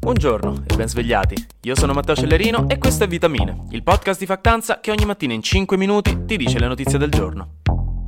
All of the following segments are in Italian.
Buongiorno e ben svegliati. Io sono Matteo Cellerino e questo è Vitamine, il podcast di Factanza che ogni mattina in 5 minuti ti dice le notizie del giorno.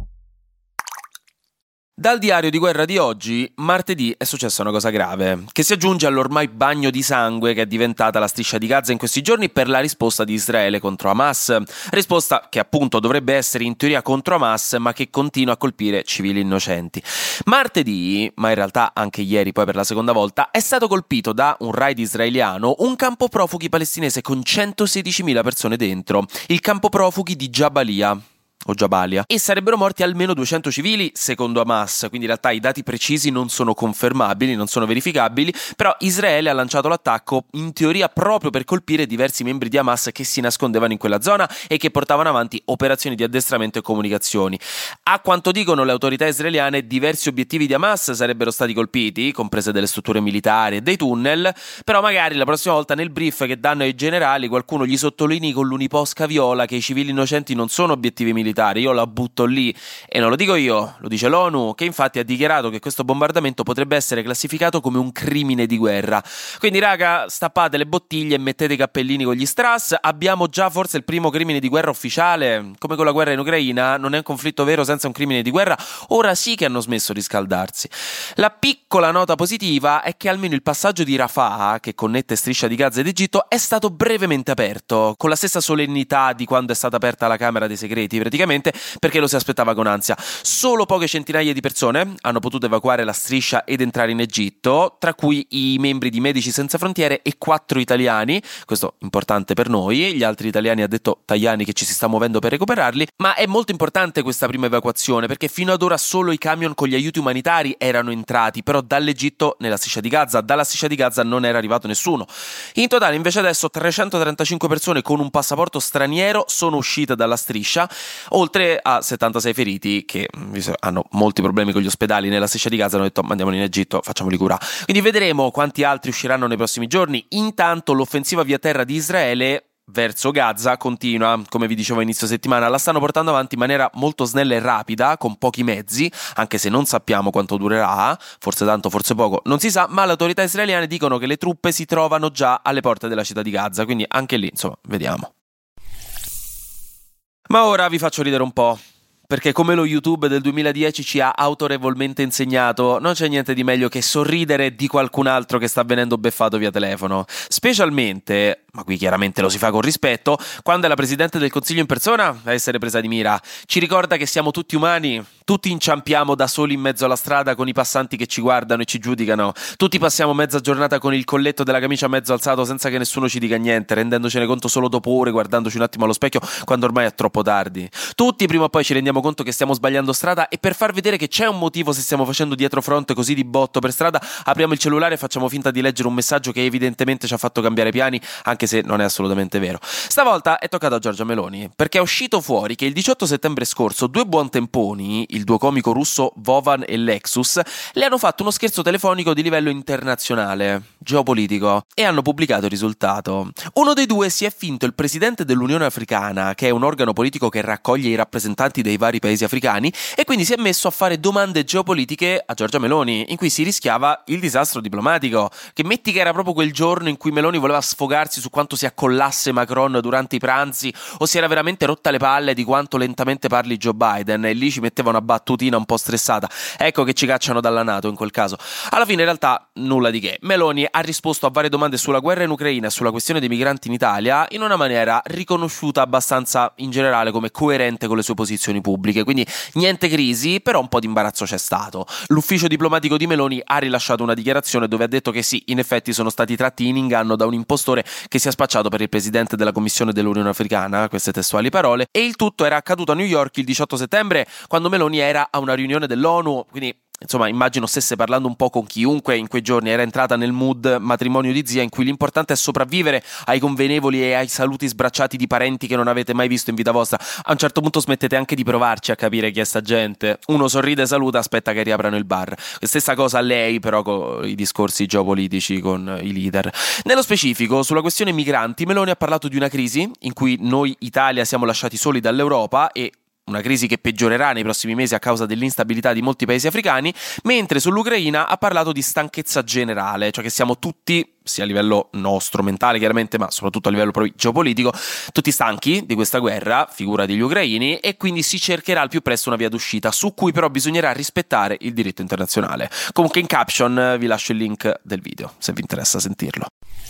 Dal diario di guerra di oggi, martedì è successa una cosa grave, che si aggiunge all'ormai bagno di sangue che è diventata la striscia di Gaza in questi giorni per la risposta di Israele contro Hamas. Risposta che appunto dovrebbe essere in teoria contro Hamas, ma che continua a colpire civili innocenti. Martedì, ma in realtà anche ieri poi per la seconda volta, è stato colpito da un raid israeliano un campo profughi palestinese con 116.000 persone dentro, il campo profughi di Jabalia. O Jabalia, e sarebbero morti almeno 200 civili secondo Hamas, quindi in realtà i dati precisi non sono confermabili, non sono verificabili, però Israele ha lanciato l'attacco in teoria proprio per colpire diversi membri di Hamas che si nascondevano in quella zona e che portavano avanti operazioni di addestramento e comunicazioni. A quanto dicono le autorità israeliane, diversi obiettivi di Hamas sarebbero stati colpiti, comprese delle strutture militari e dei tunnel, però magari la prossima volta nel brief che danno ai generali qualcuno gli sottolinei con l'uniposca viola che i civili innocenti non sono obiettivi militari. Io la butto lì e non lo dico io, lo dice l'ONU, che infatti ha dichiarato che questo bombardamento potrebbe essere classificato come un crimine di guerra. Quindi raga, stappate le bottiglie e mettete i cappellini con gli strass. Abbiamo già forse il primo crimine di guerra ufficiale, come con la guerra in Ucraina. Non è un conflitto vero senza un crimine di guerra. Ora sì che hanno smesso di scaldarsi. La piccola nota positiva è che almeno il passaggio di Rafah, che connette Striscia di Gaza ed Egitto, è stato brevemente aperto, con la stessa solennità di quando è stata aperta la Camera dei Segreti, praticamente, perché lo si aspettava con ansia. Solo poche centinaia di persone hanno potuto evacuare la striscia ed entrare in Egitto, tra cui i membri di Medici Senza Frontiere e 4 italiani, questo importante per noi. Gli altri italiani, ha detto Tajani, che ci si sta muovendo per recuperarli, ma è molto importante questa prima evacuazione perché fino ad ora solo i camion con gli aiuti umanitari erano entrati, però dall'Egitto nella striscia di Gaza, dalla striscia di Gaza non era arrivato nessuno. In totale invece adesso 335 persone con un passaporto straniero sono uscite dalla striscia, oltre a 76 feriti che hanno molti problemi con gli ospedali nella striscia di Gaza. Hanno detto mandiamoli in Egitto, facciamoli curare. Quindi vedremo quanti altri usciranno nei prossimi giorni. Intanto l'offensiva via terra di Israele verso Gaza continua, come vi dicevo a inizio settimana. La stanno portando avanti in maniera molto snella e rapida, con pochi mezzi, anche se non sappiamo quanto durerà, forse tanto, forse poco, non si sa, ma le autorità israeliane dicono che le truppe si trovano già alle porte della città di Gaza, quindi anche lì, insomma, vediamo. Ma ora vi faccio ridere un po', perché come lo YouTube del 2010 ci ha autorevolmente insegnato, non c'è niente di meglio che sorridere di qualcun altro che sta venendo beffato via telefono. Specialmente, ma qui chiaramente lo si fa con rispetto, quando è la Presidente del Consiglio in persona a essere presa di mira. Ci ricorda che siamo tutti umani, tutti inciampiamo da soli in mezzo alla strada con i passanti che ci guardano e ci giudicano, tutti passiamo mezza giornata con il colletto della camicia mezzo alzato senza che nessuno ci dica niente, rendendocene conto solo dopo ore, guardandoci un attimo allo specchio quando ormai è troppo tardi. Tutti prima o poi ci rendiamo conto che stiamo sbagliando strada e per far vedere che c'è un motivo se stiamo facendo dietro fronte così di botto per strada, apriamo il cellulare e facciamo finta di leggere un messaggio che evidentemente ci ha fatto cambiare piani, anche se non è assolutamente vero. Stavolta è toccato a Giorgia Meloni, perché è uscito fuori che il 18 settembre scorso 2 buontemponi, il duo comico russo Vovan e Lexus, le hanno fatto uno scherzo telefonico di livello internazionale, geopolitico, e hanno pubblicato il risultato. Uno dei due si è finto il presidente dell'Unione Africana, che è un organo politico che raccoglie i rappresentanti dei vari paesi africani, e quindi si è messo a fare domande geopolitiche a Giorgia Meloni, in cui si rischiava il disastro diplomatico, che metti che era proprio quel giorno in cui Meloni voleva sfogarsi su quanto si accollasse Macron durante i pranzi, o si era veramente rotta le palle di quanto lentamente parli Joe Biden, e lì ci metteva una battutina un po' stressata. Ecco che ci cacciano dalla NATO in quel caso. Alla fine in realtà nulla di che. Meloni ha risposto a varie domande sulla guerra in Ucraina e sulla questione dei migranti in Italia in una maniera riconosciuta abbastanza in generale come coerente con le sue posizioni pubbliche, quindi niente crisi, però un po' di imbarazzo c'è stato. L'ufficio diplomatico di Meloni ha rilasciato una dichiarazione dove ha detto che sì, in effetti sono stati tratti in inganno da un impostore che si è spacciato per il presidente della Commissione dell'Unione Africana, queste testuali parole, e il tutto era accaduto a New York il 18 settembre quando Meloni era a una riunione dell'ONU, quindi insomma immagino stesse parlando un po' con chiunque in quei giorni, era entrata nel mood matrimonio di zia in cui l'importante è sopravvivere ai convenevoli e ai saluti sbracciati di parenti che non avete mai visto in vita vostra. A un certo punto smettete anche di provarci a capire chi è sta gente. Uno sorride, saluta, aspetta che riaprano il bar. Stessa cosa a lei però con i discorsi geopolitici con i leader. Nello specifico sulla questione migranti Meloni ha parlato di una crisi in cui noi Italia siamo lasciati soli dall'Europa e una crisi che peggiorerà nei prossimi mesi a causa dell'instabilità di molti paesi africani, mentre sull'Ucraina ha parlato di stanchezza generale, cioè che siamo tutti, sia a livello nostro, mentale chiaramente, ma soprattutto a livello proprio geopolitico, tutti stanchi di questa guerra, figura degli ucraini, e quindi si cercherà al più presto una via d'uscita, su cui però bisognerà rispettare il diritto internazionale. Comunque in caption vi lascio il link del video, se vi interessa sentirlo.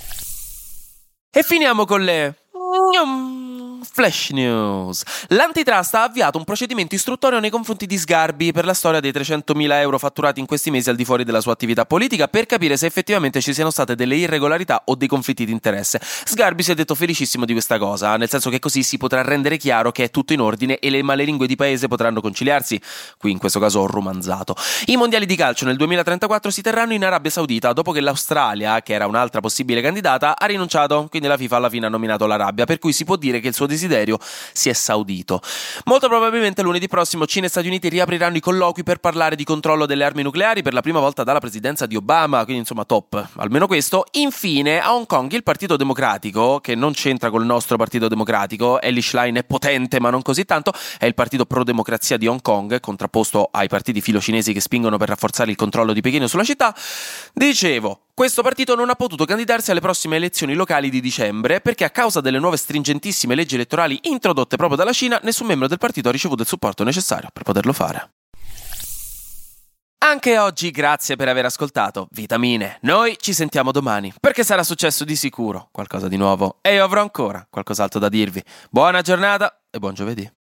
E finiamo con le flash news. L'Antitrust ha avviato un procedimento istruttorio nei confronti di Sgarbi per la storia dei 300.000 euro fatturati in questi mesi al di fuori della sua attività politica, per capire se effettivamente ci siano state delle irregolarità o dei conflitti di interesse. Sgarbi si è detto felicissimo di questa cosa, nel senso che così si potrà rendere chiaro che è tutto in ordine e le malelingue di paese potranno conciliarsi. Qui in questo caso ho romanzato. I mondiali di calcio nel 2034 si terranno in Arabia Saudita, dopo che l'Australia, che era un'altra possibile candidata, ha rinunciato, quindi la FIFA alla fine ha nominato l'Arabia, per cui si può dire che il suo desiderio si è saudito. Molto probabilmente lunedì prossimo Cina e Stati Uniti riapriranno i colloqui per parlare di controllo delle armi nucleari per la prima volta dalla presidenza di Obama, quindi insomma top, almeno questo. Infine a Hong Kong il Partito Democratico, che non c'entra col nostro Partito Democratico, Ellie Schlein è potente ma non così tanto, è il partito pro-democrazia di Hong Kong, contrapposto ai partiti filocinesi che spingono per rafforzare il controllo di Pechino sulla città. Dicevo, questo partito non ha potuto candidarsi alle prossime elezioni locali di dicembre perché a causa delle nuove stringentissime leggi elettorali introdotte proprio dalla Cina, nessun membro del partito ha ricevuto il supporto necessario per poterlo fare. Anche oggi grazie per aver ascoltato Vitamine. Noi ci sentiamo domani, perché sarà successo di sicuro qualcosa di nuovo e io avrò ancora qualcos'altro da dirvi. Buona giornata e buon giovedì.